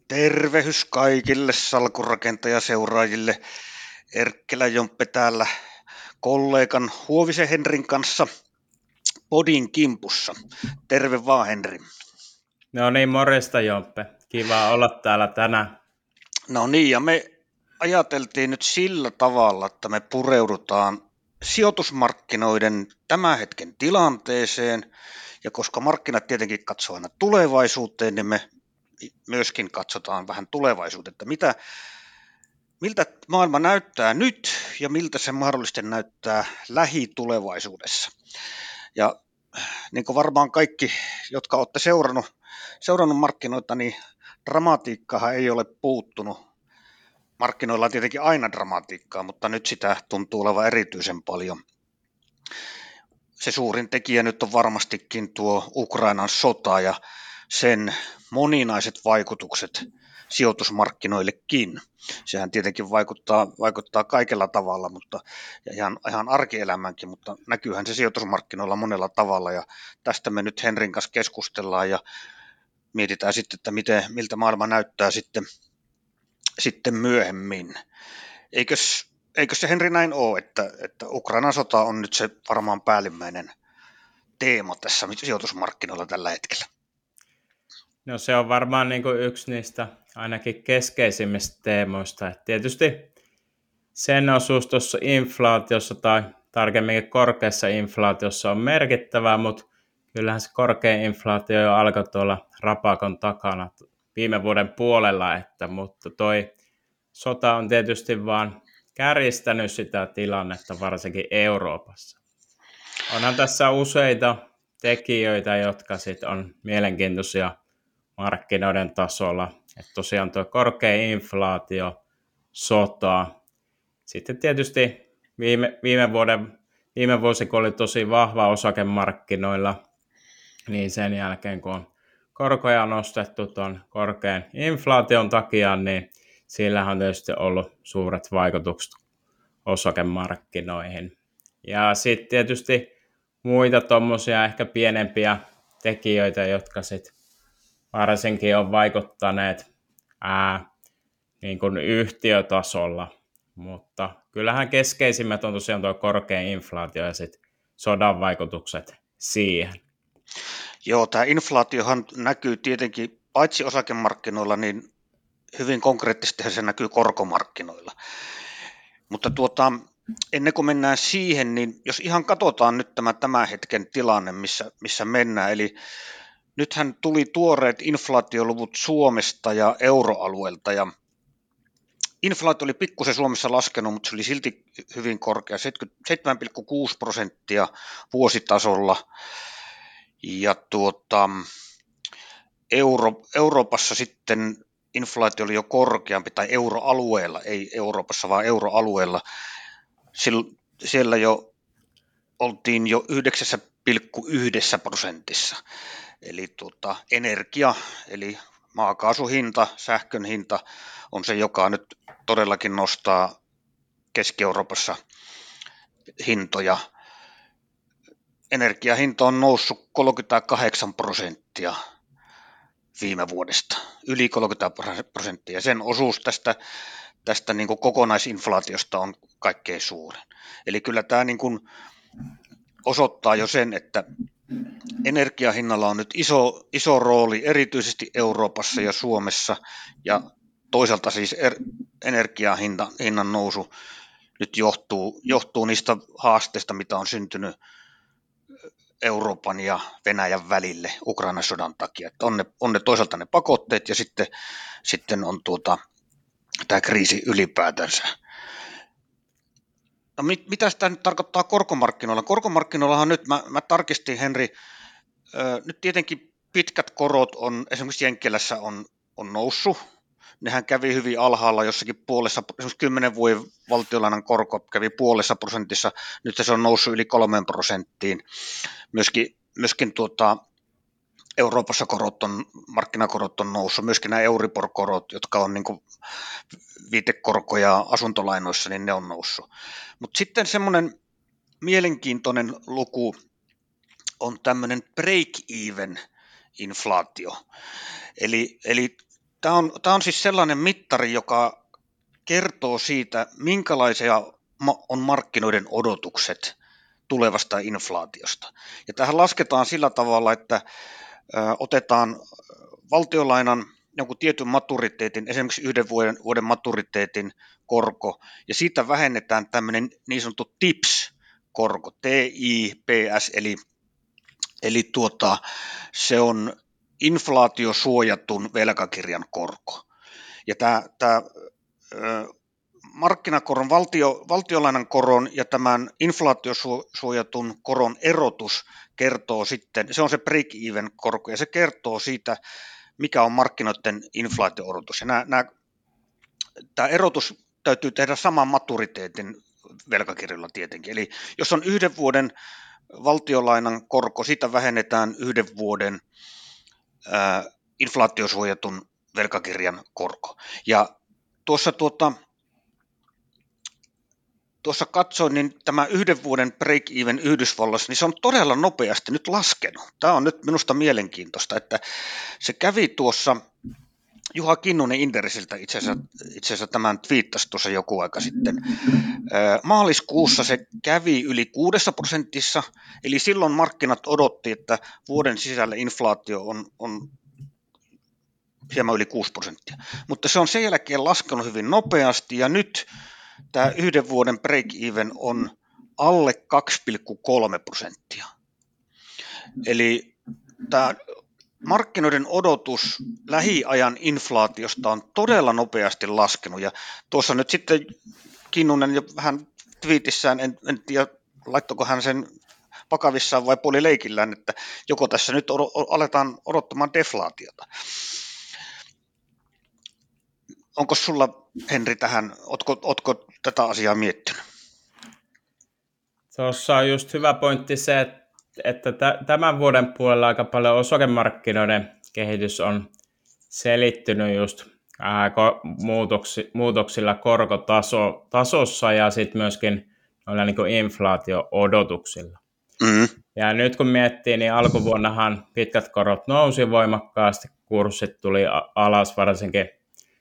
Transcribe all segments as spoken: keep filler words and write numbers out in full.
Tervehys kaikille salkunrakentajaseuraajille. Erkkelä Jomppe täällä kollegan Huovisen Henrin kanssa podin kimpussa. Terve vaan, Henri. No niin, morjesta Jomppe. Kiva olla täällä tänään. No niin, ja me ajateltiin nyt sillä tavalla, että me pureudutaan sijoitusmarkkinoiden tämän hetken tilanteeseen, ja koska markkinat tietenkin katsoo aina tulevaisuuteen, niin me myöskin katsotaan vähän tulevaisuuteen, että mitä, miltä maailma näyttää nyt ja miltä se mahdollisesti näyttää lähitulevaisuudessa. Ja niin kuin varmaan kaikki, jotka olette seurannut, seurannut markkinoita, niin dramatiikkahan ei ole puuttunut. Markkinoilla on tietenkin aina dramatiikkaa, mutta nyt sitä tuntuu olevan erityisen paljon. Se suurin tekijä nyt on varmastikin tuo Ukrainan sota ja sen moninaiset vaikutukset sijoitusmarkkinoillekin. Sehän tietenkin vaikuttaa, vaikuttaa kaikella tavalla, mutta ja ihan, ihan arkielämänkin, mutta näkyyhän se sijoitusmarkkinoilla monella tavalla, ja tästä me nyt Henrin kanssa keskustellaan ja mietitään sitten, että miten, miltä maailma näyttää sitten, sitten myöhemmin. Eikös, eikös se Henri näin ole, että, että Ukrainan sota on nyt se varmaan päällimmäinen teema tässä sijoitusmarkkinoilla tällä hetkellä? No se on varmaan niin kuin yksi niistä ainakin keskeisimmistä teemoista. Et tietysti sen osuus tuossa inflaatiossa tai tarkemminkin korkeassa inflaatiossa on merkittävää, mutta kyllähän se korkea inflaatio jo alkoi tuolla rapakon takana viime vuoden puolella, että, mutta toi sota on tietysti vaan kärjistänyt sitä tilannetta varsinkin Euroopassa. Onhan tässä useita tekijöitä, jotka sit on mielenkiintoisia markkinoiden tasolla. Että tosiaan tuo korkea inflaatio, sota. Sitten tietysti viime, viime, vuoden, viime vuosi, kun oli tosi vahva osakemarkkinoilla, niin sen jälkeen kun on korkoja nostettu tuon korkean inflaation takia, niin sillähän on tietysti ollut suuret vaikutukset osakemarkkinoihin. Ja sitten tietysti muita tuommoisia ehkä pienempiä tekijöitä, jotka sitten varsinkin on vaikuttaneet ää, niin kuin yhtiötasolla, mutta kyllähän keskeisimmät on tosiaan tuo korkea inflaatio ja sitten sodan vaikutukset siihen. Joo, tämä inflaatiohan näkyy tietenkin paitsi osakemarkkinoilla, niin hyvin konkreettisesti se näkyy korkomarkkinoilla. Mutta tuota, ennen kuin mennään siihen, niin jos ihan katsotaan nyt tämä tämän hetken tilanne, missä, missä mennään, eli nythän tuli tuoreet inflaatioluvut Suomesta ja euroalueelta, ja inflaatio oli pikkusen Suomessa laskenut, mutta se oli silti hyvin korkea, seitsemän pilkku kuusi prosenttia vuositasolla, ja tuota, Euro, Euroopassa sitten inflaatio oli jo korkeampi, tai euroalueella, ei Euroopassa, vaan euroalueella, siellä jo oltiin jo yhdeksän pilkku yksi prosentissa. Eli tuota, energia, eli maakaasun hinta, sähkön hinta on se, joka nyt todellakin nostaa Keski-Euroopassa hintoja. Energiahinta on noussut kolmekymmentäkahdeksan prosenttia viime vuodesta, yli kolmekymmentä prosenttia. Sen osuus tästä, tästä niin kuin kokonaisinflaatiosta on kaikkein suurin. Eli kyllä tämä niin kuin osoittaa jo sen, että energiahinnalla on nyt iso, iso rooli erityisesti Euroopassa ja Suomessa, ja toisaalta siis er, energiahinnan hinnan nousu nyt johtuu, johtuu niistä haasteista, mitä on syntynyt Euroopan ja Venäjän välille Ukrainan sodan takia. Että on, ne, on ne toisaalta ne pakotteet ja sitten, sitten on tuota, tämä kriisi ylipäätänsä. No mit, mitä sitä nyt tarkoittaa korkomarkkinoilla? Korkomarkkinoillahan nyt, mä, mä tarkistin Henri, ö, nyt tietenkin pitkät korot on, esimerkiksi Jenkkilässä on, on noussut. Nehän kävi hyvin alhaalla jossakin puolessa, esimerkiksi kymmenen vuoden valtiolainan korko kävi puolessa prosentissa, nyt se on noussut yli kolmeen prosenttiin. Myöskin, myöskin tuota, Euroopassa korot on, markkinakorot on noussut, myöskin nämä Euribor-korot, jotka on niin kuin viitekorkoja asuntolainoissa, niin ne on noussut. Mutta sitten semmoinen mielenkiintoinen luku on tämmöinen break-even inflaatio. Eli, eli Tämä on, tämä on siis sellainen mittari, joka kertoo siitä, minkälaisia on markkinoiden odotukset tulevasta inflaatiosta. Ja tähän lasketaan sillä tavalla, että otetaan valtiolainan jonkun tietyn maturiteetin, esimerkiksi yhden vuoden, vuoden maturiteetin korko, ja siitä vähennetään tämmöinen niin sanottu T I P S-korko, T I P S, eli, eli tuota, se on inflaatiosuojatun velkakirjan korko. Ja tämä, tämä markkinakoron, valtio, valtiolainan koron ja tämän inflaatiosuojatun koron erotus kertoo sitten, se on se break-even korko, ja se kertoo siitä, mikä on markkinoiden inflaatio-odotus. Ja nämä, nämä, tämä erotus täytyy tehdä saman maturiteetin velkakirjalla tietenkin. Eli jos on yhden vuoden valtiolainan korko, siitä vähennetään yhden vuoden ää, inflaatiosuojatun velkakirjan korko. Ja tuossa, tuota, tuossa katsoin, niin tämä yhden vuoden break-even Yhdysvalloissa, niin se on todella nopeasti nyt laskenut. Tämä on nyt minusta mielenkiintoista, että se kävi tuossa, Juha Kinnunen Inderisiltä itse asiassa, itse asiassa tämän twiittasi tuossa joku aika sitten. Maaliskuussa se kävi yli kuudessa prosentissa, eli silloin markkinat odotti, että vuoden sisällä inflaatio on, on hieman yli kuusi prosenttia. Mutta se on sen jälkeen laskenut hyvin nopeasti, ja nyt tämä yhden vuoden break-even on alle kaksi pilkku kolme prosenttia. Eli tämä markkinoiden odotus lähiajan inflaatiosta on todella nopeasti laskenut, ja tuossa nyt sitten Kinnunen jo vähän twiitissään, en, en tiedä laittoiko hän sen vakavissaan vai puolileikillään, että joko tässä nyt od- aletaan odottamaan deflaatiota. Onko sulla, Henri, tähän, ootko, ootko tätä asiaa miettinyt? Tuossa on just hyvä pointti se, että, että tämän vuoden puolella aika paljon osakemarkkinoiden kehitys on selittynyt just ää, muutoksi, muutoksilla korkotasossa ja sitten myöskin noilla niin kuin inflaatio-odotuksilla. Mm. Ja nyt kun miettii, niin alkuvuonnahan pitkät korot nousi voimakkaasti, kurssit tuli alas, varsinkin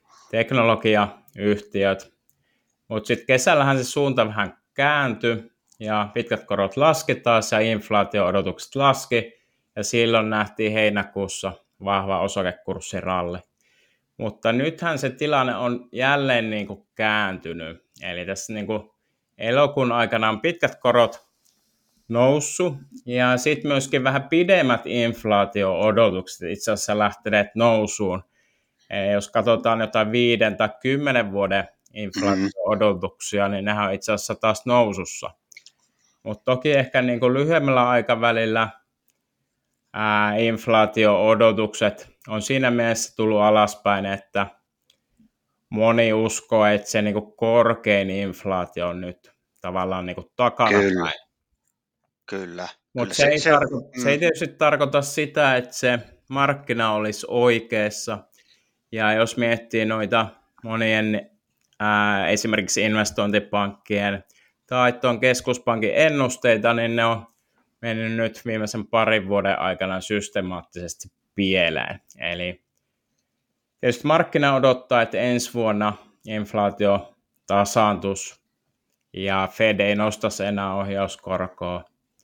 teknologiayhtiöt, mutta sitten kesällähän se suunta vähän kääntyi ja pitkät korot laski taas ja inflaatio-odotukset laski ja silloin nähtiin heinäkuussa vahva osakekurssiralli. Mutta nythän se tilanne on jälleen niin kuin kääntynyt, eli tässä niin kuin elokuun aikana on pitkät korot noussut ja sitten myöskin vähän pidemmät inflaatio-odotukset itse asiassa lähteneet nousuun. Eli jos katsotaan jotain viiden tai kymmenen vuoden inflaatio-odotuksia, niin nehän on itse asiassa taas nousussa. Mutta toki ehkä niin kuin lyhyemmällä aikavälillä ää, inflaatio-odotukset on siinä mielessä tullut alaspäin, että moni uskoo, että se niin kuin korkein inflaatio on nyt tavallaan niin kuin takana. Kyllä, kyllä. Mutta se, se, se, tarko- se ei tietysti tarkoita sitä, että se markkina olisi oikeassa. Ja jos miettii noita monien ää, esimerkiksi investointipankkien tai tuon keskuspankin ennusteita, niin ne on mennyt nyt viimeisen parin vuoden aikana systemaattisesti pieleen. Eli tietysti markkina odottaa, että ensi vuonna inflaatio tasaantus ja Fed ei nostaisi enää ohjauskorkoa,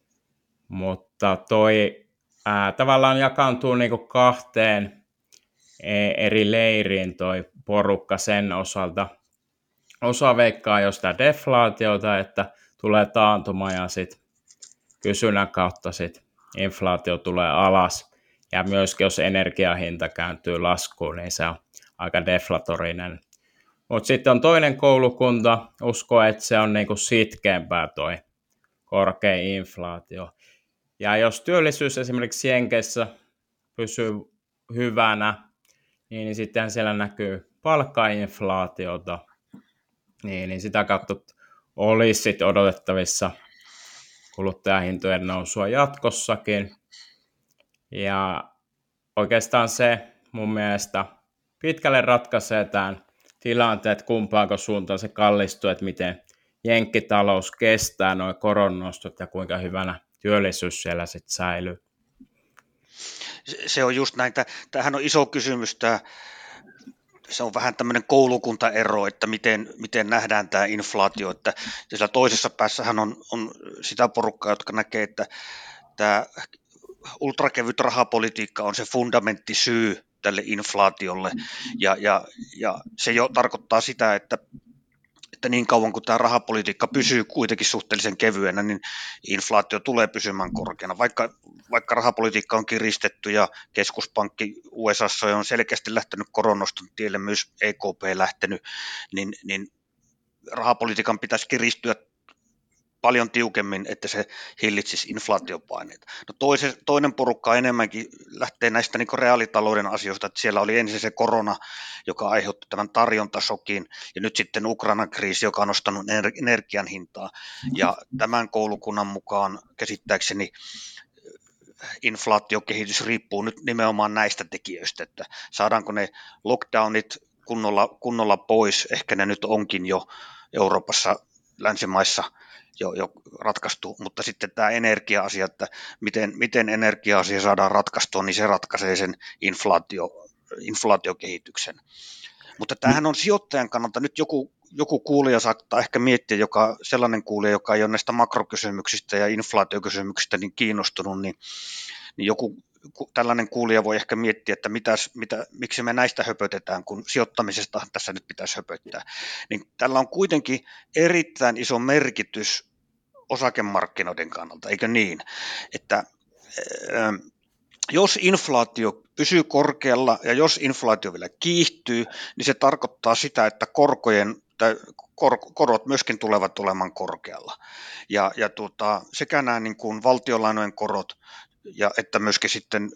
mutta toi ää, tavallaan jakaantuu niinku kahteen eri leiriin toi porukka sen osalta. Osa veikkaa jostain deflaatiota, että tulee taantuma ja sitten kysynnän kautta sit inflaatio tulee alas. Ja myöskin jos energiahinta kääntyy laskuun, niin se on aika deflatorinen. Mutta sitten on toinen koulukunta, uskoo, että se on niinku sitkeämpää toi korkea inflaatio. Ja jos työllisyys esimerkiksi Jenkeissä pysyy hyvänä, niin sitten siellä näkyy palkkainflaatiota, niin, niin sitä kautta olisi sit odotettavissa kuluttajahintojen nousua jatkossakin. Ja oikeastaan se mun mielestä pitkälle ratkaisee tämän tilanteen, että kumpaanko suuntaan se kallistuu, että miten jenkkitalous kestää nuo koronnostot ja kuinka hyvänä työllisyys siellä sitten säilyy. Se on just näin. Tämähän on iso kysymys tämä se on vähän tämmöinen koulukuntaero, että miten, miten nähdään tämä inflaatio, että siellä toisessa päässähän on, on sitä porukkaa, jotka näkee, että tämä ultrakevyt rahapolitiikka on se fundamenttisyy tälle inflaatiolle, ja, ja, ja se jo tarkoittaa sitä, että että niin kauan kuin tämä rahapolitiikka pysyy kuitenkin suhteellisen kevyenä, niin inflaatio tulee pysymään korkeana. Vaikka, vaikka rahapolitiikka on kiristetty ja keskuspankki U S A:ssa on selkeästi lähtenyt koronnoston tielle, myös E K P lähtenyt, niin, niin rahapolitiikan pitäisi kiristyä paljon tiukemmin, että se hillitsisi inflaatiopaineita. No toise, toinen porukka enemmänkin lähtee näistä niin kuin reaalitalouden asioista, että siellä oli ensin se korona, joka aiheutti tämän tarjontasokin, ja nyt sitten Ukrainan kriisi, joka on nostanut energian hintaa. Ja tämän koulukunnan mukaan käsittääkseni inflaatiokehitys riippuu nyt nimenomaan näistä tekijöistä, että saadaanko ne lockdownit kunnolla, kunnolla pois, ehkä ne nyt onkin jo Euroopassa, länsimaissa jo, jo ratkaistu, mutta sitten tämä energia-asia, että miten, miten energia-asia saadaan ratkaistua, niin se ratkaisee sen inflaatio, inflaatiokehityksen. Mutta tämähän on sijoittajan kannalta nyt joku, joku kuulija saattaa ehkä miettiä, joka, sellainen kuulija, joka ei ole näistä makrokysymyksistä ja inflaatiokysymyksistä niin kiinnostunut, niin, niin joku tällainen kuulija voi ehkä miettiä, että mitäs, mitä, miksi me näistä höpötetään, kun sijoittamisesta tässä nyt pitäisi höpöttää. Niin tällä on kuitenkin erittäin iso merkitys osakemarkkinoiden kannalta, eikö niin? Että äh, jos inflaatio pysyy korkealla ja jos inflaatio vielä kiihtyy, niin se tarkoittaa sitä, että korkojen tai kor, korot myöskin tulevat olemaan korkealla. Ja, ja tuota, sekä nämä niin kuin valtionlainojen korot, ja että myöskin sitten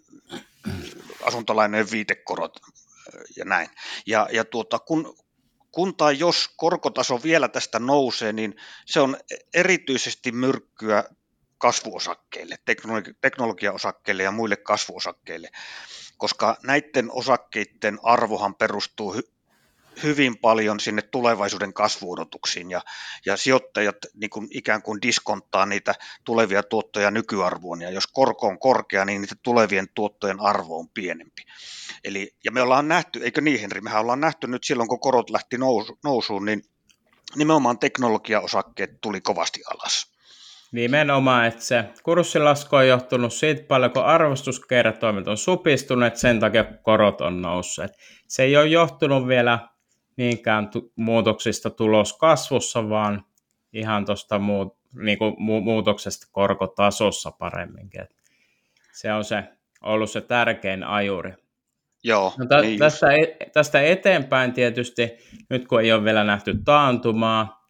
asuntolainojen viitekorot ja näin. Ja, ja tuota, kun, kun tai jos korkotaso vielä tästä nousee, niin se on erityisesti myrkkyä kasvuosakkeille, teknologi- teknologiaosakkeille ja muille kasvuosakkeille, koska näiden osakkeiden arvohan perustuu hy- hyvin paljon sinne tulevaisuuden kasvuodotuksiin, ja, ja sijoittajat niin kuin ikään kuin diskonttaa niitä tulevia tuottoja nykyarvoon, ja jos korko on korkea, niin niitä tulevien tuottojen arvo on pienempi. Eli, ja me ollaan nähty, eikö niin Henri, mehän ollaan nähty nyt silloin, kun korot lähti nousu, nousuun, niin nimenomaan teknologiaosakkeet tuli kovasti alas. Nimenomaan, että se kurssilasku on johtunut siitä paljon, kun arvostuskertoimet on supistuneet, sen takia korot on nousseet. Se ei ole johtunut vielä niinkään tu- muutoksista tuloskasvussa, vaan ihan tuosta muut, niinku mu- muutoksesta korkotasossa paremminkin. Et se on se, ollut se tärkein ajuri. Joo, no tä- niin tästä, e- tästä eteenpäin tietysti, nyt kun ei ole vielä nähty taantumaa,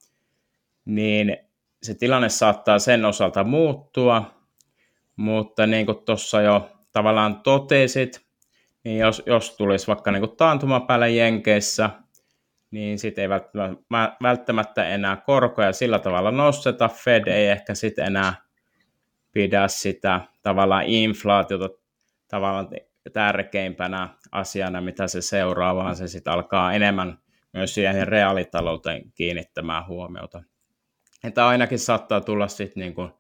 niin se tilanne saattaa sen osalta muuttua, mutta niin kuin tuossa jo tavallaan totesit, niin jos, jos tulisi vaikka niin kuin taantuma päällä Jenkeissä, niin sitten ei välttämättä enää korkoja sillä tavalla nosteta. Fed ei ehkä sitten enää pidä sitä tavallaan inflaatiota tavallaan tärkeimpänä asiana, mitä se seuraa, vaan se sitten alkaa enemmän myös siihen reaalitalouteen kiinnittämään huomiota. Että ainakin saattaa tulla sitten niinku,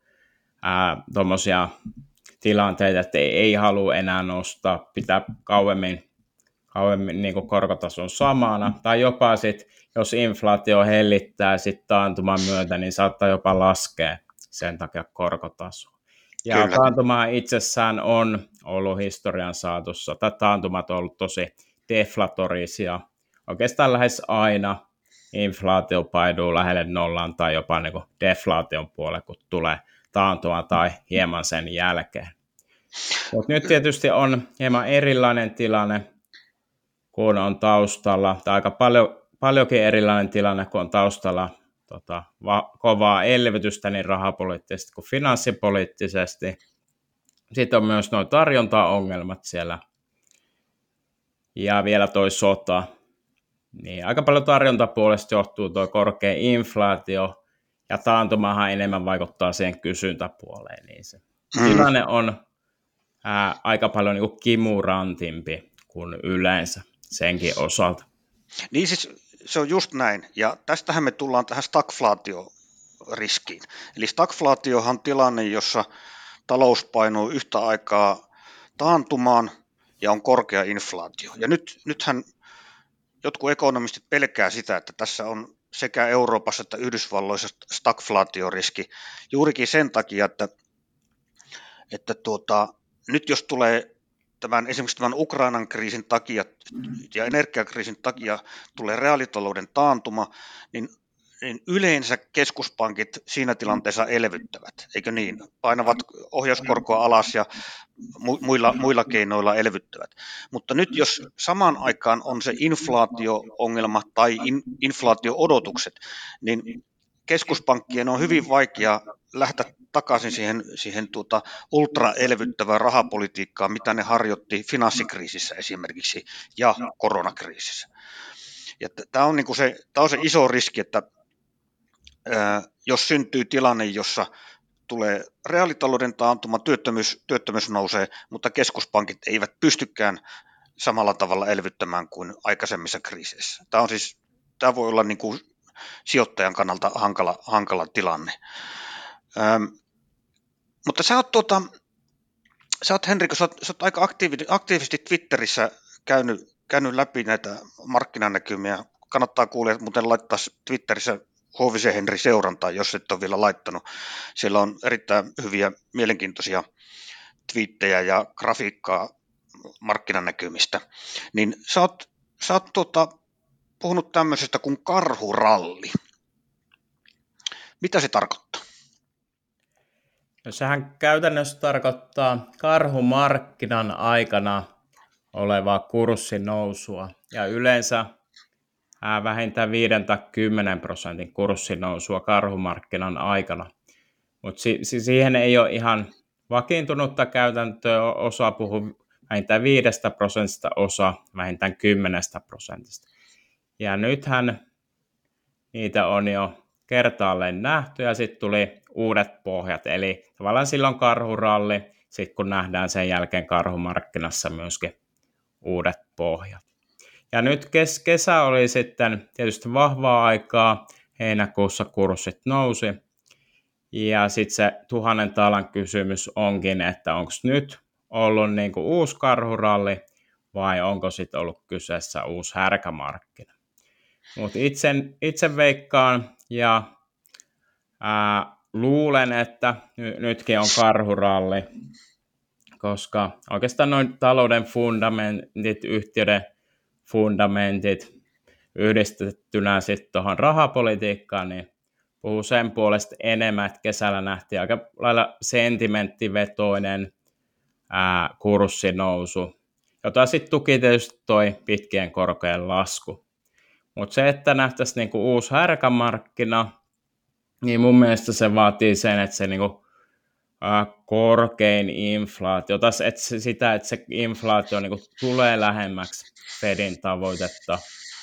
tuommoisia tilanteita, että ei, ei halua enää nostaa, pitää kauemmin, kauemmin niinku korkotason samana, tai jopa sitten, jos inflaatio hellittää sitten taantuman myötä, niin saattaa jopa laskea sen takia korkotaso. Ja Kyllä. Taantuma itsessään on ollut historian saatossa, tai taantumat on ollut tosi deflatorisia, oikeastaan lähes aina inflaatio painuu lähelle nollaan tai jopa niin kuin deflaation puolelle, kun tulee taantuma tai hieman sen jälkeen. Mutta nyt tietysti on hieman erilainen tilanne, kun on taustalla, tai aika paljon, paljonkin erilainen tilanne, kun on taustalla tota, va, kovaa elvytystä niin rahapoliittisesti kuin finanssipoliittisesti. Sitten on myös nuo tarjontaongelmat siellä, ja vielä toi sota. Niin, aika paljon tarjontapuolesta johtuu tuo korkea inflaatio, ja taantumahan enemmän vaikuttaa siihen kysyntäpuoleen. Niin se mm. tilanne on ää, aika paljon niin kuin kimurantimpi kuin yleensä senkin osalta. Niin siis se on just näin, ja tästähän me tullaan tähän stagflaatioriskiin. Eli stagflaatiohan on tilanne, jossa talous painuu yhtä aikaa taantumaan ja on korkea inflaatio. Ja nyt, nythän jotkut ekonomistit pelkää sitä, että tässä on sekä Euroopassa että Yhdysvalloissa stagflaatioriski juurikin sen takia, että, että tuota, nyt jos tulee tämän, esimerkiksi tämän Ukrainan kriisin takia ja energiakriisin takia tulee reaalitalouden taantuma, niin, niin yleensä keskuspankit siinä tilanteessa elvyttävät, eikö niin? Painavat ohjauskorkoa alas ja muilla, muilla keinoilla elvyttävät. Mutta nyt jos samaan aikaan on se inflaatio-ongelma tai in, inflaatio-odotukset, niin keskuspankkien on hyvin vaikea lähteä takaisin siihen, siihen tuota ultraelvyttävään rahapolitiikkaan, mitä ne harjoitti finanssikriisissä esimerkiksi ja koronakriisissä. Ja tämä on, niinku se, tämä on se iso riski, että ää, jos syntyy tilanne, jossa tulee reaalitalouden taantuma, työttömyys, työttömyys nousee, mutta keskuspankit eivät pystykään samalla tavalla elvyttämään kuin aikaisemmissa kriiseissä. Tämä, on siis, tämä voi olla niin kuin sijoittajan kannalta hankala, hankala tilanne. Ähm, mutta sä oot, tuota, sä oot Henrikko, sä oot, sä oot aika aktiivisesti, aktiivisesti Twitterissä käynyt, käynyt läpi näitä markkinanäkymiä. Kannattaa kuulijat muuten laittaa Twitterissä Huovisen Henri seurantaa, jos et ole vielä laittanut. Siellä on erittäin hyviä, mielenkiintoisia twiittejä ja grafiikkaa markkinanäkymistä. Niin sä oot, sä oot tuota, puhunut tämmöisestä kuin karhuralli. Mitä se tarkoittaa? No sehän käytännössä tarkoittaa karhumarkkinan aikana olevaa kurssin nousua ja yleensä vähintään viisi tai kymmenen prosentin kurssin nousua karhumarkkinan aikana. Mutta si- si- siihen ei ole ihan vakiintunutta käytäntöä, osa puhuu vähintään viidestä prosentista, osa vähintään kymmenestä prosentista. Ja nythän niitä on jo kertaalleen nähty ja sitten tuli uudet pohjat, eli tavallaan silloin karhuralli, sitten kun nähdään sen jälkeen karhumarkkinassa myöskin uudet pohjat. Ja nyt kes- kesä oli sitten tietysti vahvaa aikaa, heinäkuussa kurssit nousi, ja sitten se tuhannen taalan kysymys onkin, että onko nyt ollut niinku uusi karhuralli vai onko sitten ollut kyseessä uusi härkämarkkina. Mutta itse, itse veikkaan ja ää, luulen, että ny, nytkin on karhuralli, koska oikeastaan noin talouden fundamentit, yhtiöiden fundamentit yhdistettynä sitten tuohon rahapolitiikkaan, niin puhuu sen puolesta enemmän, että kesällä nähtiin aika lailla sentimenttivetoinen ää, kurssinousu, jota sitten tuki tietysti toi pitkien korkojen lasku. Mutta se, että nähtäisiin niinku uusi härkämarkkina, niin mun mielestä se vaatii sen, että se niinku, ää, korkein inflaatio, tai että se, sitä, että se inflaatio niinku tulee lähemmäksi Fedin tavoitetta.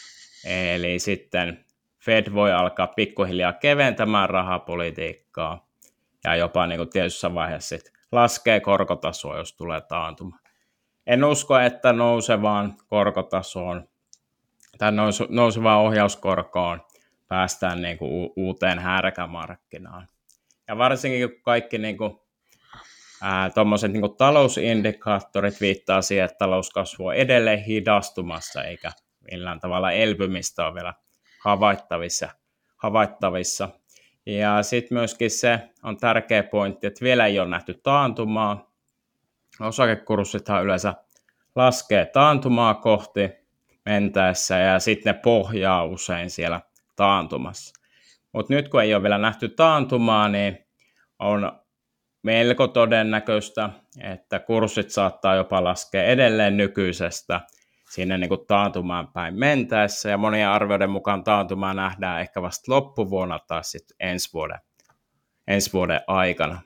Eli sitten Fed voi alkaa pikkuhiljaa keventämään rahapolitiikkaa ja jopa niinku tietyssä vaiheessa sit laskee korkotasoa, jos tulee taantuma. En usko, että nousevaan korkotasoon tai nousevaan ohjauskorkoon päästään niinku uuteen härkämarkkinaan. Ja varsinkin kun kaikki niinku, ää, tommoset niinku talousindikaattorit viittaa siihen, että talouskasvu on edelleen hidastumassa, eikä millään tavalla elpymistä on vielä havaittavissa. havaittavissa. Ja sitten myöskin se on tärkeä pointti, että vielä ei ole nähty taantumaa. Osakekurssithan yleensä laskee taantumaa kohti mentäessä ja sitten ne pohjaa usein siellä taantumassa. Mutta nyt kun ei ole vielä nähty taantumaa, niin on melko todennäköistä, että kurssit saattaa jopa laskea edelleen nykyisestä sinne niin kuin taantumaan päin mentäessä. Ja monien arvioiden mukaan taantumaa nähdään ehkä vasta loppuvuonna tai sitten ensi vuoden, ensi vuoden aikana.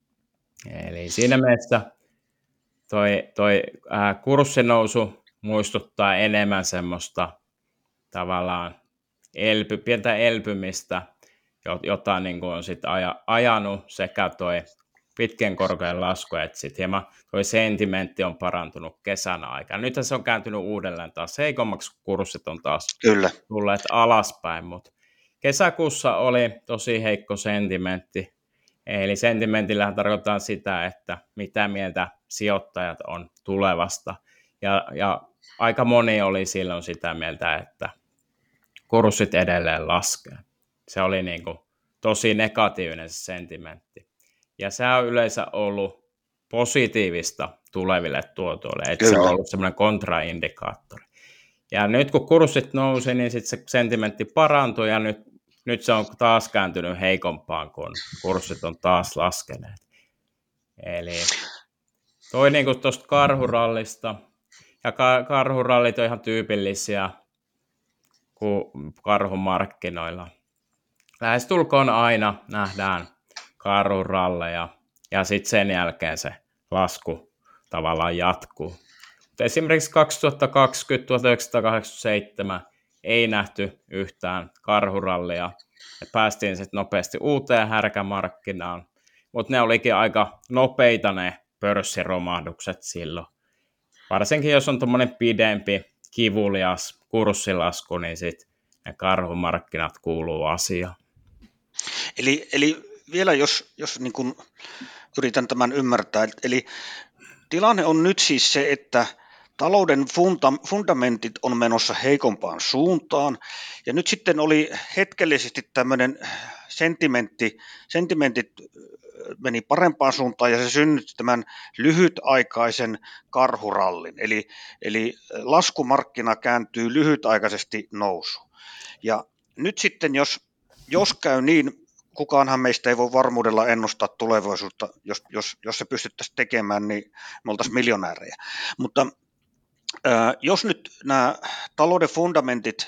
Eli siinä mielessä toi, toi ää, kurssinousu muistuttaa enemmän semmoista tavallaan elpy, pientä elpymistä, jota niin kuin on sit aja, ajanut sekä toi pitkien korkojen lasku, että sitten hieman toi sentimentti on parantunut kesän aikana. Nyt se on kääntynyt uudelleen taas heikommaksi, kun kurssit on taas Kyllä. tulleet alaspäin, mutta kesäkuussa oli tosi heikko sentimentti. Eli sentimentillähän tarkoittaa sitä, että mitä mieltä sijoittajat on tulevasta. Ja, ja aika moni oli silloin sitä mieltä, että kurssit edelleen laskee. Se oli niin kuin tosi negatiivinen se sentimentti. Ja se on yleensä ollut positiivista tuleville tuotoille, että se on ollut semmoinen kontraindikaattori. Ja nyt kun kurssit nousi, niin sitten se sentimentti parantui ja nyt, nyt se on taas kääntynyt heikompaan, kun kurssit on taas laskeneet. Eli toi niin kuin tuosta karhurallista, ja karhurallit on ihan tyypillisiä kuin karhumarkkinoilla. Lähestulkoon aina nähdään karhuralleja ja sitten sen jälkeen se lasku tavallaan jatkuu. Esimerkiksi kaksituhattakaksikymmentä tuhatyhdeksänsataakahdeksankymmentäseitsemän ei nähty yhtään karhurallia. Me päästiin sitten nopeasti uuteen härkämarkkinaan, mutta ne olikin aika nopeita ne pörssiromahdukset silloin. Varsinkin jos on tuommoinen pidempi, kivulias kurssilasku, niin sitten ne karhumarkkinat kuuluu asiaan. Eli, eli vielä jos, jos niin kun yritän tämän ymmärtää, eli tilanne on nyt siis se, että talouden funda, fundamentit on menossa heikompaan suuntaan, ja nyt sitten oli hetkellisesti tämmöinen sentimentti, sentimentit meni parempaan suuntaan, ja se synnytti tämän lyhytaikaisen karhurallin, eli, eli laskumarkkina kääntyy lyhytaikaisesti nousuun. Ja nyt sitten, jos, jos käy niin, kukaanhan meistä ei voi varmuudella ennustaa tulevaisuutta, jos, jos, jos se pystyttäisiin tekemään, niin me oltaisiin miljonäärejä. Mutta ää, jos nyt nämä talouden fundamentit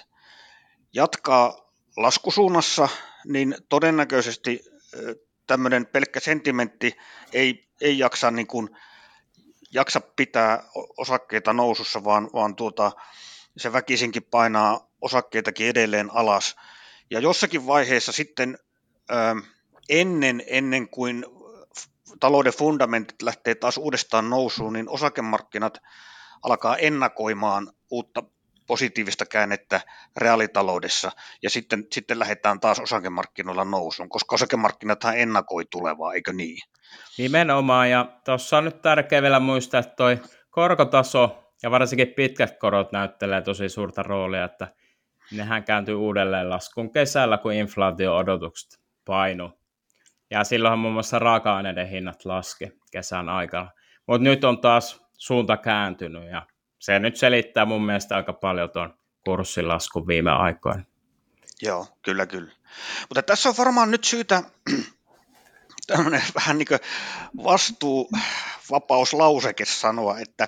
jatkaa laskusuunnassa, niin todennäköisesti tämmöinen pelkkä sentimentti ei, ei jaksa, niin kuin, jaksa pitää osakkeita nousussa, vaan, vaan tuota, se väkisinkin painaa osakkeitakin edelleen alas. Ja jossakin vaiheessa sitten ää, ennen, ennen kuin talouden fundamentit lähtee taas uudestaan nousuun, niin osakemarkkinat alkaa ennakoimaan uutta positiivista käännettä reaalitaloudessa, ja sitten, sitten lähdetään taas osakemarkkinoilla nousuun, koska osakemarkkinathan ennakoi tulevaa, eikö niin? Nimenomaan, ja tuossa on nyt tärkeää vielä muistaa, että toi korkotaso ja varsinkin pitkät korot näyttelee tosi suurta roolia, että nehän kääntyy uudelleen laskuun kesällä, kun inflaatio-odotukset painu. Ja silloinhan muun muassa raaka-aineiden hinnat laski kesän aikana. Mutta nyt on taas suunta kääntynyt, ja se nyt selittää mun mielestä aika paljon tuon kurssilaskun viime aikoina. Joo, kyllä, kyllä. Mutta tässä on varmaan nyt syytä tämmöinen vähän niin kuin vastuuvapauslauseke sanoa, että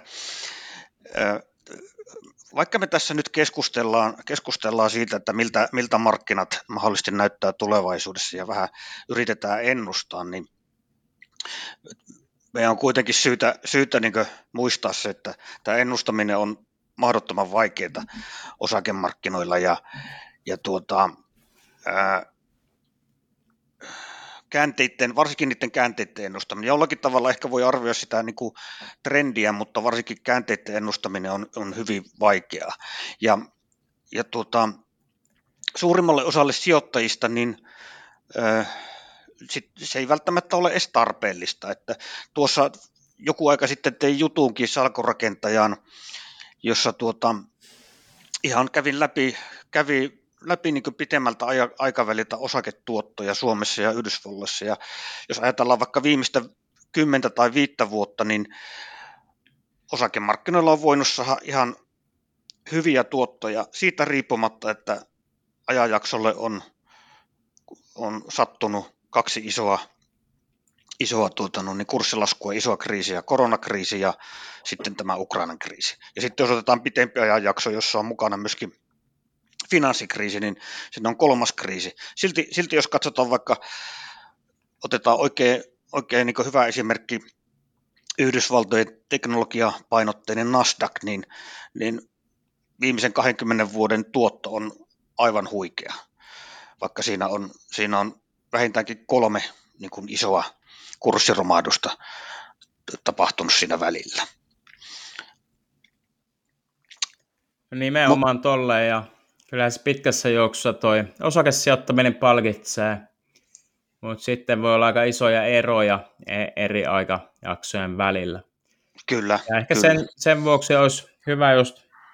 vaikka me tässä nyt keskustellaan, keskustellaan siitä, että miltä, miltä markkinat mahdollisesti näyttää tulevaisuudessa ja vähän yritetään ennustaa, niin meidän on kuitenkin syytä, syytä niin kuin muistaa se, että tämä ennustaminen on mahdottoman vaikeaa osakemarkkinoilla ja, ja tuota, ää, käänteiden, varsinkin niiden käänteiden ennustaminen. Jollakin tavalla ehkä voi arvioida sitä niin kuin trendiä, mutta varsinkin käänteiden ennustaminen on, on hyvin vaikeaa. Ja, ja tuota, suurimmalle osalle sijoittajista niin ää, sit, se ei välttämättä ole edes tarpeellista. Että tuossa joku aika sitten tein jutunkin salkurakentajan, jossa tuota, ihan kävin läpi, kävi läpi niin kuin pitemmältä aikaväliltä osaketuottoja Suomessa ja Yhdysvalloissa. Ja jos ajatellaan vaikka viimeistä kymmentä tai viittä vuotta, niin osakemarkkinoilla on voinut saada ihan hyviä tuottoja siitä riippumatta, että ajanjaksolle on, on sattunut kaksi isoa, isoa tuota, no, niin kurssilaskua, isoa kriisiä, koronakriisi ja sitten tämä Ukrainan kriisi. Ja sitten jos otetaan pitempi ajanjakso, jossa on mukana myöskin finanssikriisi, niin siinä on kolmas kriisi. Silti, silti jos katsotaan vaikka, otetaan oikein, oikein niin hyvä esimerkki, Yhdysvaltojen teknologiapainotteinen Nasdaq, niin, niin viimeisen kahdenkymmenen vuoden tuotto on aivan huikea, vaikka siinä on, siinä on vähintäänkin kolme niin kuin isoa kurssiromahdusta tapahtunut siinä välillä. Nimenomaan tolleen, ja kyllä se pitkässä juoksussa toi osakesijoittaminen palkitsee, mutta sitten voi olla aika isoja eroja eri aikajaksojen välillä. Kyllä. Ja ehkä kyllä. Sen, sen vuoksi olisi hyvä just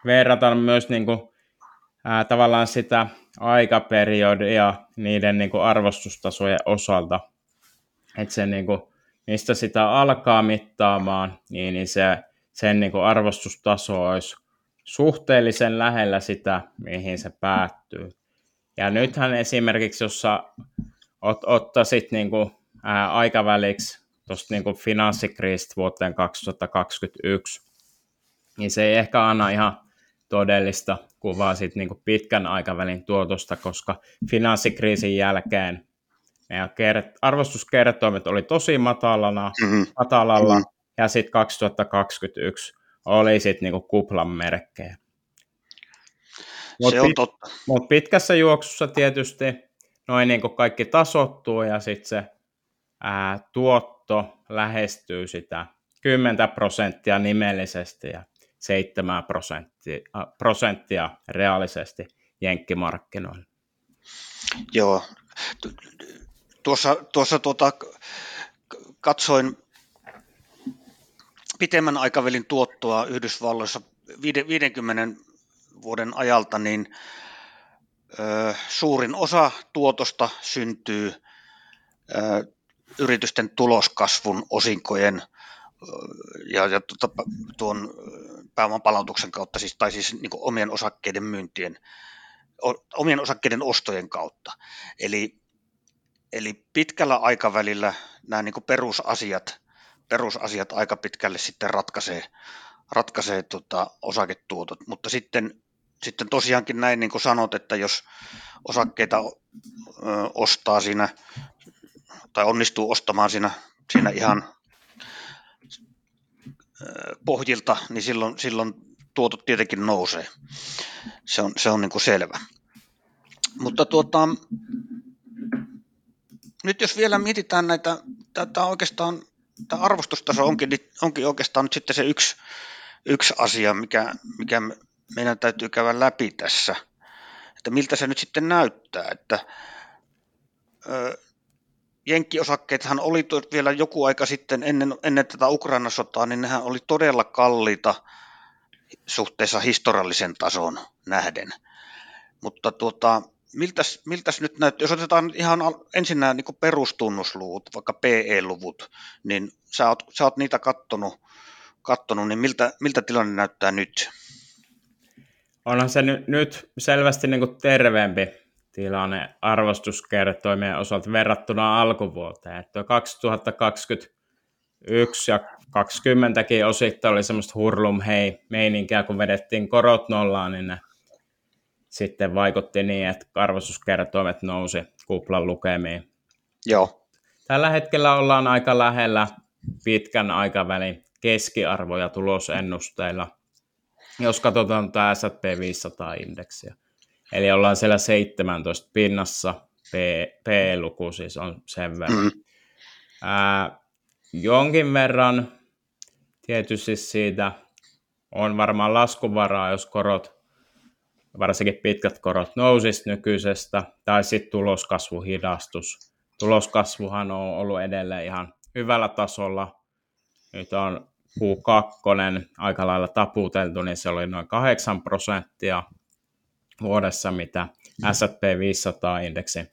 verrata myös niin kuin, ää, tavallaan sitä aikaperiodia niiden niin kuin arvostustasojen osalta, että se niin kuin, mistä sitä alkaa mittaamaan, niin, niin se, sen niin kuin arvostustaso olisi suhteellisen lähellä sitä, mihin se päättyy. Ja nythän esimerkiksi, jos sä ot, ottaisit niin kuin, ää, aikaväliksi tuosta niin kuin finanssikriisistä vuoteen kaksituhattakaksikymmentäyksi, niin se ei ehkä anna ihan todellista kuvaa sit niin kuin pitkän aikavälin tuotosta, koska finanssikriisin jälkeen meidän kert- arvostuskertoimet oli tosi matalana, Mm-hmm. matalalla, Mm-hmm. ja sitten kaksituhattakaksikymmentäyksi oli sitten niinku kuplan merkkejä. Mutta Se on totta. Mut pitkässä juoksussa tietysti noin niinku kaikki tasoittuu, ja sitten se ää, tuotto lähestyy sitä kymmenen prosenttia nimellisesti ja seitsemän prosenttia, äh, prosenttia reaalisesti jenkkimarkkinoilla. Joo. Tuossa, tuossa tuota, katsoin pitemmän aikavälin tuottoa Yhdysvalloissa viidenkymmenen vuoden ajalta, niin ö, suurin osa tuotosta syntyy ö, yritysten tuloskasvun, osinkojen ja, ja tuota, tuon pääoman palautuksen kautta, siis, tai siis niin kuin omien osakkeiden myyntien, omien osakkeiden ostojen kautta. Eli, eli pitkällä aikavälillä nämä niin kuin perusasiat, perusasiat aika pitkälle sitten ratkaisee, ratkaisee tota osaketuotot, mutta sitten, sitten tosiaankin näin niin kuin sanot, että jos osakkeita ö, ostaa siinä, tai onnistuu ostamaan siinä, siinä ihan pohjilta, niin silloin, silloin tuotot tietenkin nousee. Se on, se on niin kuin selvä. Mutta tuota, nyt jos vielä mietitään näitä, tämä oikeastaan, tämä arvostustaso onkin, onkin oikeastaan nyt sitten se yksi, yksi asia, mikä, mikä meidän täytyy käydä läpi tässä, että miltä se nyt sitten näyttää, että ö, jenkkiosakkeethan oli vielä joku aika sitten ennen, ennen tätä Ukraina-sotaa, niin nehän oli todella kalliita suhteessa historiallisen tason nähden. Mutta tuota, miltäs, miltäs nyt näyttää, jos otetaan ihan ensin nämä niin kuin perustunnusluvut, vaikka P E-luvut, niin sä oot, sä oot niitä kattonut, kattonut niin miltä, miltä tilanne näyttää nyt? Onhan se nyt, nyt selvästi niin kuin terveempi tilanne arvostuskertoimien osalta verrattuna alkuvuoteen. Että kaksituhattakaksikymmentäyksi ja kaksikymmentäkin osittain oli semmoista hurlum hei meininkiä, kun vedettiin korot nollaan, niin ne sitten vaikutti niin, että arvostuskertoimet nousi kuplan lukemiin. Joo. Tällä hetkellä ollaan aika lähellä pitkän aikavälin keskiarvoja tulosennusteilla, jos katsotaan tämä S and P viisisataa-indeksiä. Eli ollaan siellä seitsemäntoista pinnassa, P E-luku siis on sen verran. Mm. Ää, jonkin verran tietysti siitä on varmaan laskuvaraa, jos korot, varsinkin pitkät korot nousisi nykyisestä, tai sitten tuloskasvuhidastus. Tuloskasvuhan on ollut edelleen ihan hyvällä tasolla. Nyt on Q kaksi aika lailla taputeltu, niin se oli noin kahdeksan prosenttia vuodessa, mitä S and P viisisataa-indeksi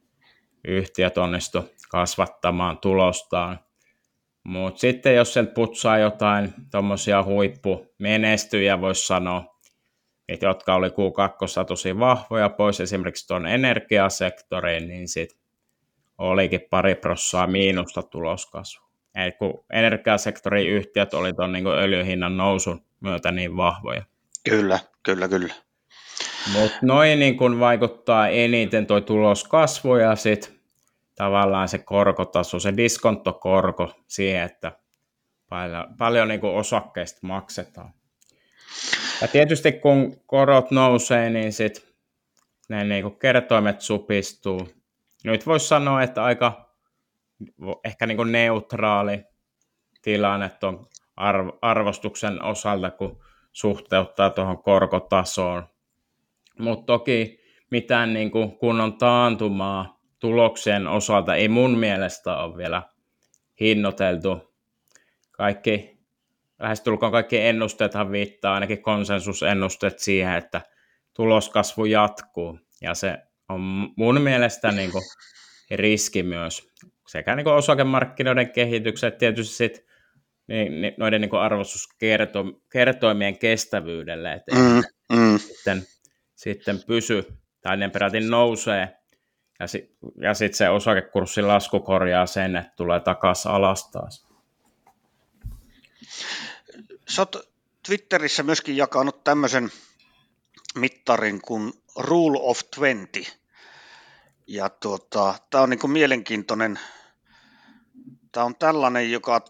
yhtiöt onnistu kasvattamaan tulostaan. Mutta sitten jos sen putsaa jotain tuommoisia huippumenestyjä, voisi sanoa, että jotka oli Q kaksi tosi vahvoja pois esimerkiksi tuon energiasektoriin, niin sitten olikin pari prossaa miinusta tuloskasvu. Eli kun energiasektorin yhtiöt oli tuon niin öljyhinnan nousun myötä niin vahvoja. Kyllä, kyllä, kyllä. Mutta noin niin kun vaikuttaa eniten tuo tuloskasvu ja sitten tavallaan se korkotaso, se diskonttokorko siihen, että paljon, paljon niin kuin osakkeista maksetaan. Ja tietysti kun korot nousee, niin sitten ne niin kuin kertoimet supistuu. Nyt voisi sanoa, että aika ehkä niin kuin neutraali tilanne tuon arv- arvostuksen osalta, kun suhteuttaa tuohon korkotasoon. Mutta toki mitään niin kuin kunnon taantumaa tuloksien osalta ei mun mielestä ole vielä hinnoiteltu. Kaikki lähestulkoon kaikki ennusteethan viittaa, ainakin konsensusennusteet siihen, että tuloskasvu jatkuu. Ja se on mun mielestä niin kuin riski myös sekä niin kuin osakemarkkinoiden kehitykset, tietysti sit, niin, niin, noiden niin kuin arvostuskertoimien kestävyydelle, että eihän mm, mm. sitten, sitten pysy, tai ne peräti nousee, ja, si, ja sitten se osakekurssin lasku korjaa sen, että tulee takaisin alas taas. Sä oot Twitterissä myöskin jakanut tämmöisen mittarin kuin Rule of twenty. Ja tuota, tämä on niin kuin mielenkiintoinen. Tämä on tällainen, joka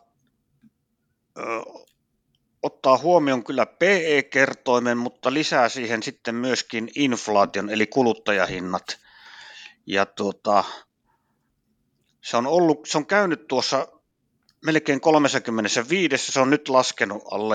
ö, ottaa huomioon kyllä P E-kertoimen, mutta lisää siihen sitten myöskin inflaation, eli kuluttajahinnat. Ja tuota, se on, ollut, se on käynyt tuossa melkein kolmekymmentäviisi, se on nyt laskenut alle,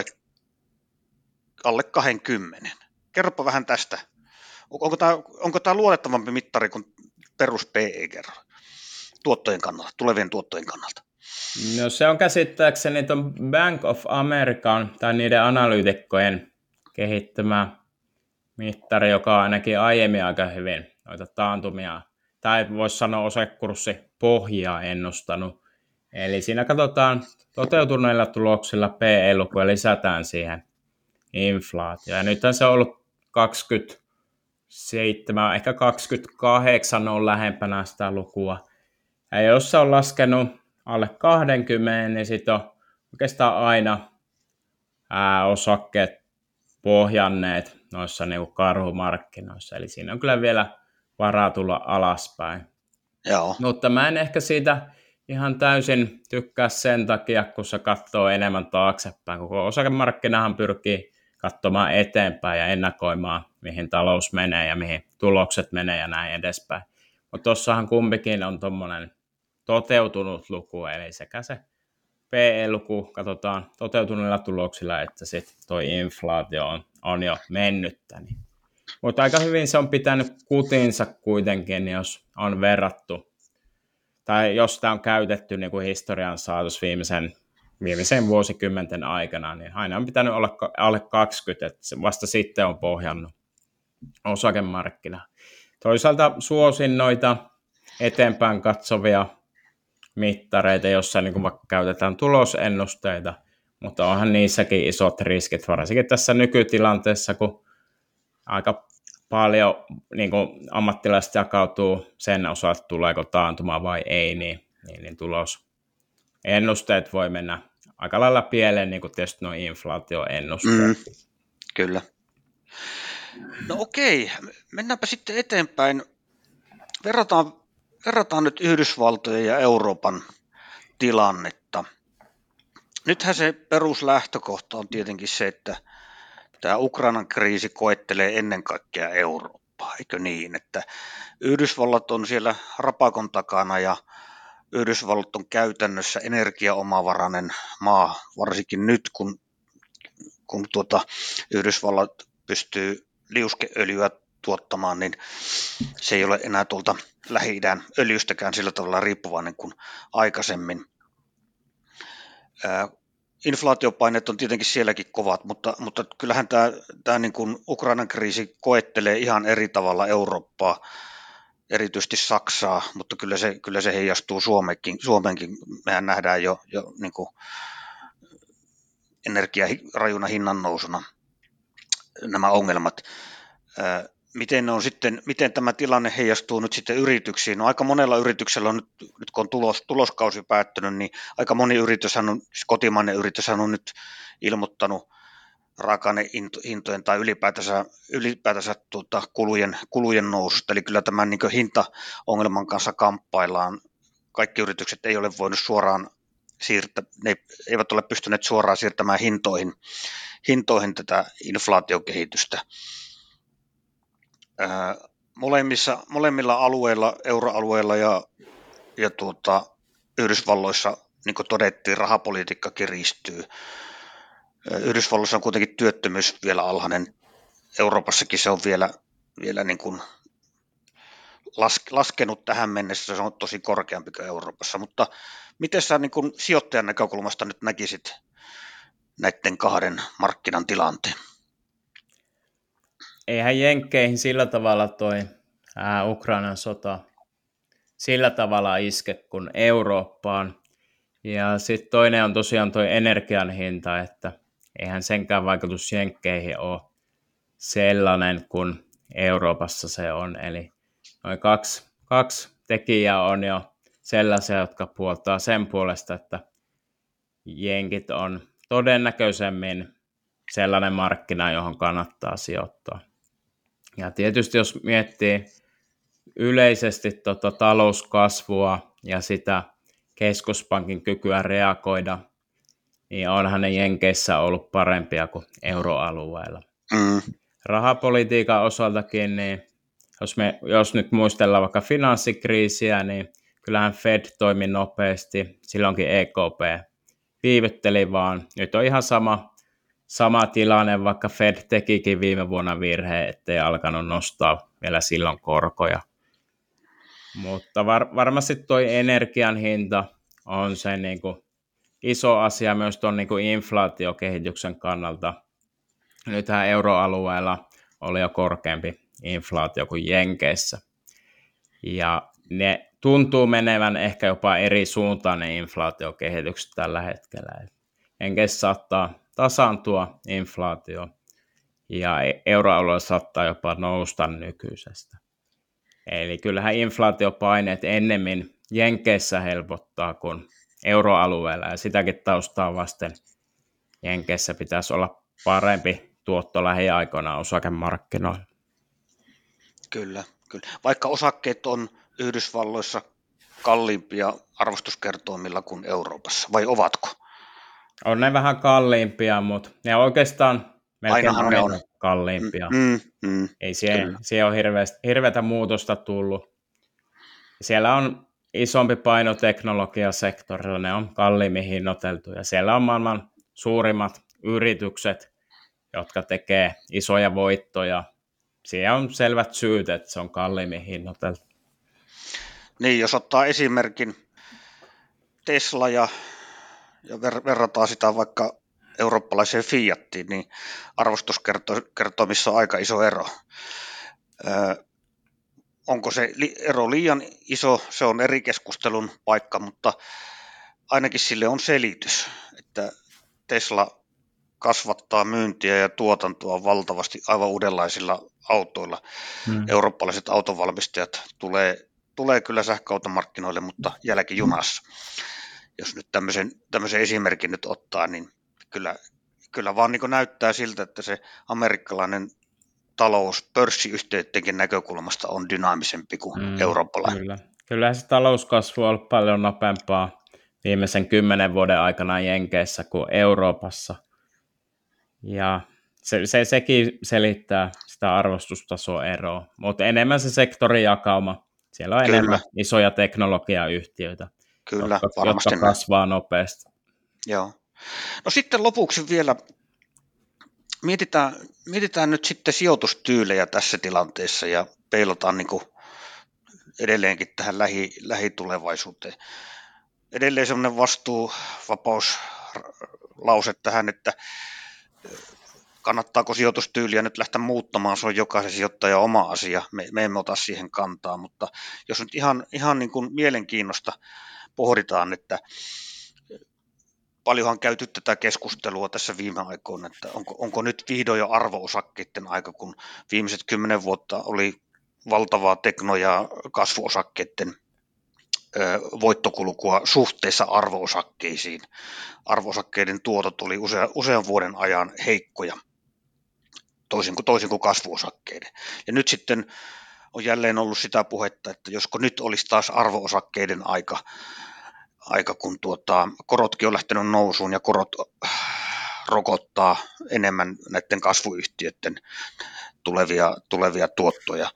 alle kaksikymmentä. Kerropa vähän tästä. Onko tämä, onko tämä luotettavampi mittari kuin perus P E-kerro tuottojen kannalta, tulevien tuottojen kannalta? No se on käsittääkseni tuon Bank of American tai niiden analyytikkojen kehittämä mittari, joka on ainakin aiemmin aika hyvin noita taantumia, tai voisi sanoa osekurssipohjaa ennustanut. Eli siinä katsotaan toteutuneilla tuloksilla P E-lukuja, lisätään siihen inflaatio. Ja nythän se on ollut kaksikymmentäseitsemän, ehkä kaksikymmentäkahdeksan on lähempänä sitä lukua. Ja jos se on laskenut alle kaksikymmentä, niin sitten on oikeastaan aina ää, osakkeet pohjanneet noissa niinku karhumarkkinoissa. Eli siinä on kyllä vielä varaa tulla alaspäin. Joo. Mutta mä en ehkä siitä ihan täysin tykkää sen takia, kun se katsoo enemmän taaksepäin. Koko osakemarkkinahan pyrkii katsomaan eteenpäin ja ennakoimaan, mihin talous menee ja mihin tulokset menee ja näin edespäin. Mutta tuossahan kumpikin on tuommoinen toteutunut luku, eli sekä se P E-luku katsotaan toteutuneilla tuloksilla, että sitten tuo inflaatio on, on jo mennyttä. Niin. Mutta aika hyvin se on pitänyt kutinsa kuitenkin, jos on verrattu, tai jos sitä on käytetty niin kuin historian saatossa viimeisen, viimeisen vuosikymmenten aikana, niin aina on pitänyt olla alle kaksikymmentä, että vasta sitten on pohjannut osakemarkkina. Toisaalta suosin noita eteenpäin katsovia mittareita, joissa niin vaikka käytetään tulosennusteita, mutta onhan niissäkin isot riskit, varsinkin tässä nykytilanteessa, kun aika paljon niin kuin ammattilaiset jakautuu sen osa, että tuleeko taantuma vai ei, niin, niin, niin tulosennusteet voi mennä aika lailla pieleen, niin kuin tietysti nuo inflaatioennusteet. Mm, kyllä. No okei, mennäänpä sitten eteenpäin. Verrataan Verrataan nyt Yhdysvaltojen ja Euroopan tilannetta. Nythän se peruslähtökohta on tietenkin se, että tämä Ukrainan kriisi koettelee ennen kaikkea Eurooppaa, eikö niin? Että Yhdysvallat on siellä rapakon takana ja Yhdysvallat on käytännössä energiaomavarainen maa, varsinkin nyt, kun, kun tuota Yhdysvallat pystyy liuskeöljyä tuottamaan, niin se ei ole enää tuolta Lähi-idän öljystäkään sillä tavalla riippuvainen kuin aikaisemmin. Ää, inflaatiopaineet on tietenkin sielläkin kovat, mutta, mutta kyllähän tämä, tämä niin kuin Ukrainan kriisi koettelee ihan eri tavalla Eurooppaa, erityisesti Saksaa, mutta kyllä se, kyllä se heijastuu Suomeenkin. Suomeenkin. Mehän nähdään jo, jo niin kuin energiarajuna hinnan nousuna nämä ongelmat. Ää, Miten, on sitten, miten tämä tilanne heijastuu nyt sitten yrityksiin? No aika monella yrityksellä on nyt, nyt kun on tulos, tuloskausi päättynyt, niin aika moni yritys on, kotimainen yritys on nyt ilmoittanut raaka-ainehintojen tai ylipäätänsä, ylipäätänsä tuota, kulujen, kulujen noususta. Eli kyllä tämän niin kuin hintaongelman kanssa kamppaillaan. Kaikki yritykset ei ole voinut suoraan siirtää, ne eivät ole pystyneet suoraan siirtämään hintoihin, hintoihin tätä inflaatiokehitystä. Molemmissa, molemmilla alueilla, euroalueilla ja, ja tuota, Yhdysvalloissa, niin kuin todettiin, rahapolitiikka kiristyy. Yhdysvalloissa on kuitenkin työttömyys vielä alhainen. Euroopassakin se on vielä, vielä niin kuin laskenut tähän mennessä, se on tosi korkeampi kuin Euroopassa. Mutta miten sä niin kuin sijoittajan näkökulmasta nyt näkisit näiden kahden markkinan tilanteen? Eihän Jenkkeihin sillä tavalla toi ää, Ukrainan sota sillä tavalla iske kuin Eurooppaan. Ja sitten toinen on tosiaan tuo energian hinta, että eihän senkään vaikutus Jenkkeihin ole sellainen kuin Euroopassa se on. Eli noin kaksi, kaksi tekijää on jo sellaisia, jotka puoltaa sen puolesta, että jenkit on todennäköisemmin sellainen markkina, johon kannattaa sijoittaa. Ja tietysti jos miettii yleisesti tota talouskasvua ja sitä keskuspankin kykyä reagoida, niin onhan ne Jenkeissä ollut parempia kuin euroalueella. Mm. Rahapolitiikan osaltakin, niin jos, me, jos nyt muistellaan vaikka finanssikriisiä, niin kyllähän Fed toimi nopeasti, silloinkin E K P viivytteli vaan. Nyt on ihan sama, sama tilanne, vaikka Fed tekikin viime vuonna virheen, ettei alkanut nostaa vielä silloin korkoja. Mutta var, varmasti tuo energian hinta on se niin kuin iso asia myös tuon niin kuin inflaatiokehityksen kannalta. Nythän euroalueella oli jo korkeampi inflaatio kuin Jenkeissä. Ja ne tuntuu menevän ehkä jopa eri suuntaan ne inflaatiokehitykset tällä hetkellä. Jenkeissä saattaa tasaantua inflaatio ja euroalueella saattaa jopa nousta nykyisestä. Eli kyllähän inflaatiopaineet ennemmin Jenkeissä helpottaa kuin euroalueella, ja sitäkin taustaa vasten Jenkeissä pitäisi olla parempi tuotto lähiaikoina osakemarkkinoilla. Kyllä, kyllä. Vaikka osakkeet on Yhdysvalloissa kalliimpia arvostuskertoimilla kuin Euroopassa, vai ovatko? On ne vähän kalliimpia, mutta ne oikeastaan melkein Ainahan ne on kalliimpia. Mm, mm, Ei siihen, siihen ole hirveästi, hirveätä muutosta tullut. Siellä on isompi paino teknologiasektorilla, ne on kalliimmin hinnoiteltu, ja siellä on maailman suurimmat yritykset, jotka tekee isoja voittoja. Siellä on selvät syyt, että se on kalliimmin hinnoiteltu. Niin, jos ottaa esimerkin Tesla ja, ja ver- verrataan sitä vaikka eurooppalaiseen Fiattiin, niin arvostuskertoimissa on aika iso ero. Öö, onko se li- ero liian iso, se on eri keskustelun paikka, mutta ainakin sille on selitys, että Tesla kasvattaa myyntiä ja tuotantoa valtavasti aivan uudenlaisilla autoilla. Hmm. Eurooppalaiset autonvalmistajat tulee, tulee kyllä sähköautomarkkinoille, mutta jälkijunassa. Jos nyt tämmöisen, tämmöisen esimerkin nyt ottaa, niin kyllä, kyllä vaan niin kuin näyttää siltä, että se amerikkalainen talous pörssiyhtiöidenkin näkökulmasta on dynaamisempi kuin hmm, eurooppalainen. Kyllä. Kyllähän se talouskasvu on ollut paljon nopeampaa viimeisen kymmenen vuoden aikana Jenkeissä kuin Euroopassa. Ja se, se, sekin selittää sitä arvostustasoeroa, mutta enemmän se sektorijakauma. Siellä on Kyllä. enemmän isoja teknologiayhtiöitä, Kyllä, jotka, jotka kasvaa nopeasti. Joo. No sitten lopuksi vielä mietitään, mietitään nyt sitten sijoitustyylejä tässä tilanteessa ja peilataan niin kuin edelleenkin tähän lähi, lähitulevaisuuteen. Edelleen semmoinen vastuuvapauslause tähän, että kannattaako sijoitustyyliä nyt lähteä muuttamaan, se on jokaisen sijoittajan oma asia, me, me emme ota siihen kantaa, mutta jos nyt ihan, ihan niin kuin mielenkiinnosta pohditaan, että paljonhan käyty tätä keskustelua tässä viime aikoina, että onko, onko nyt vihdoin jo arvo-osakkeiden aika, kun viimeiset kymmenen vuotta oli valtavaa tekno- ja kasvuosakkeiden ö, voittokulkua suhteessa arvo-osakkeisiin. Arvo-osakkeiden tuotot oli usea, usean vuoden ajan heikkoja, toisin kuin, toisin kuin kasvuosakkeiden. Ja nyt sitten on jälleen ollut sitä puhetta, että josko nyt olisi taas arvo-osakkeiden aika, aika kun tuota, korotkin on lähtenyt nousuun ja korot rokottaa enemmän näiden kasvuyhtiöiden tulevia, tulevia tuottoja.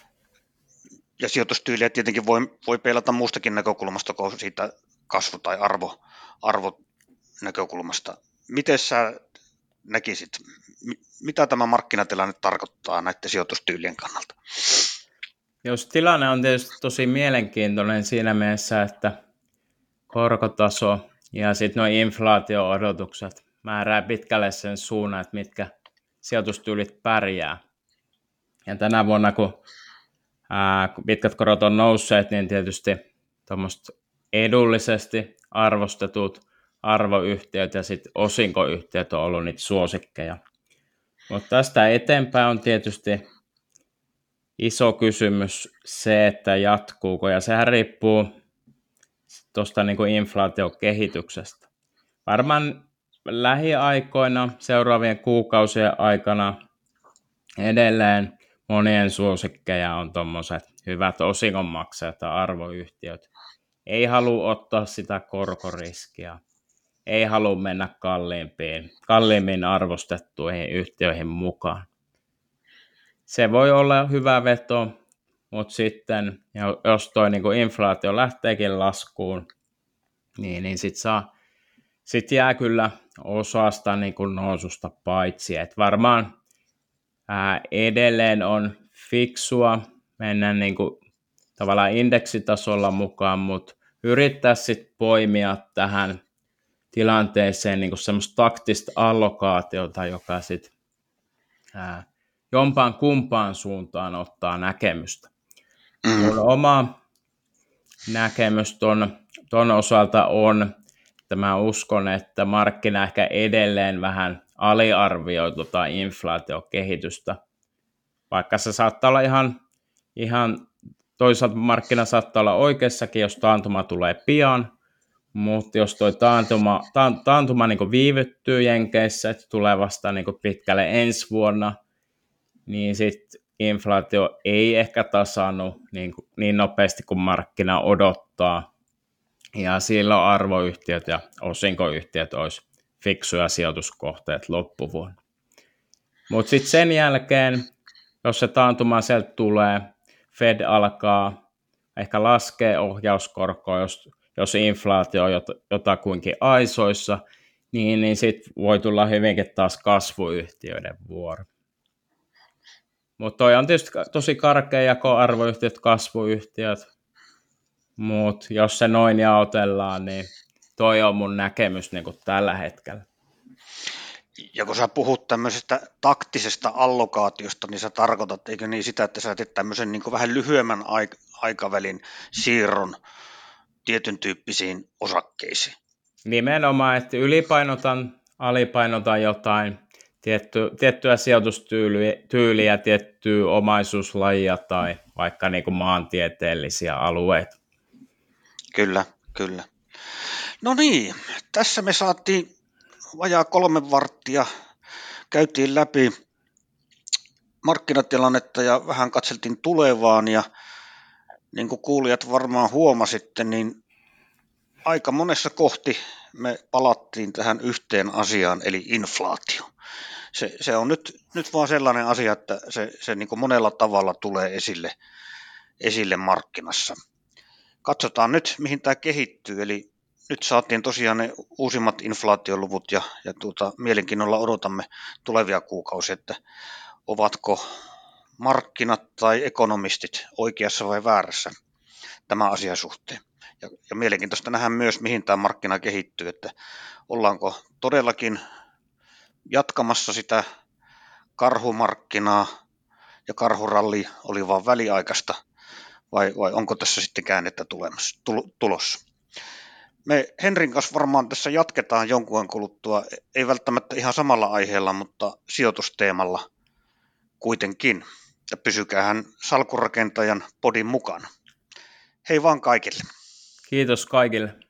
Ja sijoitustyyliä tietenkin voi, voi peilata muustakin näkökulmasta kuin siitä kasvu- tai arvo, arvonäkökulmasta. Miten sä näkisit, mitä tämä markkinatilanne tarkoittaa näiden sijoitustyylien kannalta? Jos tilanne on tietysti tosi mielenkiintoinen siinä mielessä, että korkotaso ja sitten nuo inflaatio-odotukset määrää pitkälle sen suunnan, että mitkä sijoitustyylit pärjää. Ja tänä vuonna, kun, ää, kun pitkät korot on nousseet, niin tietysti tuommoista edullisesti arvostetut arvoyhtiöt ja sitten osinkoyhtiöt on ollut niitä suosikkeja. Mutta tästä eteenpäin on tietysti iso kysymys se, että jatkuuko, ja sehän riippuu tuosta niin kuin inflaatiokehityksestä. Varmaan lähiaikoina, seuraavien kuukausien aikana edelleen monien suosikkeja on tuommoiset hyvät osingonmaksajat ja arvoyhtiöt. Ei halua ottaa sitä korkoriskiä, ei halua mennä kalliimpiin, kalliimmin arvostettuihin yhtiöihin mukaan. Se voi olla hyvä veto, mutta sitten jos toi niin kuin inflaatio lähteekin laskuun, niin, niin sitten saa Sitten jää kyllä osasta niin kuin noususta paitsi, että varmaan ää, edelleen on fiksua mennä niin kuin tavallaan indeksitasolla mukaan, mutta yrittää sitten poimia tähän tilanteeseen niin kuin semmoista taktista allokaatiota, joka sitten jompaan kumpaan suuntaan ottaa näkemystä. Mm. Mun oma näkemys ton, ton osalta on, että mä uskon, että markkina ehkä edelleen vähän aliarvioi tuota inflaatiokehitystä, vaikka se saattaa olla ihan, ihan toisaalta markkina saattaa olla oikeassakin, jos taantuma tulee pian, mutta jos tuo taantuma, ta, taantuma niin viivyttyy Jenkeissä, että tulee vasta niin pitkälle ensi vuonna, niin sitten inflaatio ei ehkä tasannu niin, niin nopeasti kuin markkina odottaa. Ja silloin arvoyhtiöt ja osinkoyhtiöt olisi fiksuja sijoituskohteet loppuvuonna. Mutta sitten sen jälkeen, jos se taantuma sieltä tulee, Fed alkaa ehkä laskea ohjauskorkoa, jos, jos inflaatio on jot, jotakuinkin aisoissa, niin, niin sitten voi tulla hyvinkin taas kasvuyhtiöiden vuoro. Mutta toi on tietysti tosi karkea jako arvoyhtiöt, kasvuyhtiöt, mutta jos se noin jaotellaan, niin toi on mun näkemys niin kuin tällä hetkellä. Ja kun sä puhut tämmöisestä taktisesta allokaatiosta, niin sä tarkoitat, eikö niin sitä, että sä teet tämmöisen niin kuin vähän lyhyemmän aikavälin siirron tietyn tyyppisiin osakkeisiin? Nimenomaan, että ylipainotan, alipainotan jotain tietty, tiettyä sijoitustyyliä, tiettyä omaisuuslajia tai vaikka niin kuin maantieteellisiä alueita. Kyllä, kyllä. No niin, tässä me saatiin vajaa kolme varttia, käytiin läpi markkinatilannetta ja vähän katseltiin tulevaan, ja niin kuin kuulijat varmaan huomasitte, niin aika monessa kohti me palattiin tähän yhteen asiaan, eli inflaatio. Se, se on nyt, nyt vaan sellainen asia, että se, se niin kuin monella tavalla tulee esille, esille markkinassa. Katsotaan nyt, mihin tämä kehittyy, eli nyt saatiin tosiaan ne uusimmat inflaatioluvut ja, ja tuota, mielenkiinnolla odotamme tulevia kuukausia, että ovatko markkinat tai ekonomistit oikeassa vai väärässä tämän asian suhteen. Ja, ja mielenkiintoista nähdä myös, mihin tämä markkina kehittyy, että ollaanko todellakin jatkamassa sitä karhumarkkinaa ja karhuralli oli vain väliaikaista, vai, vai onko tässä sitten käännettä tulemassa, tulossa. Me Henrin kanssa varmaan tässä jatketaan jonkun kuluttua, ei välttämättä ihan samalla aiheella, mutta sijoitusteemalla kuitenkin. Ja pysykäähän salkunrakentajan podin mukana. Hei vaan kaikille. Kiitos kaikille.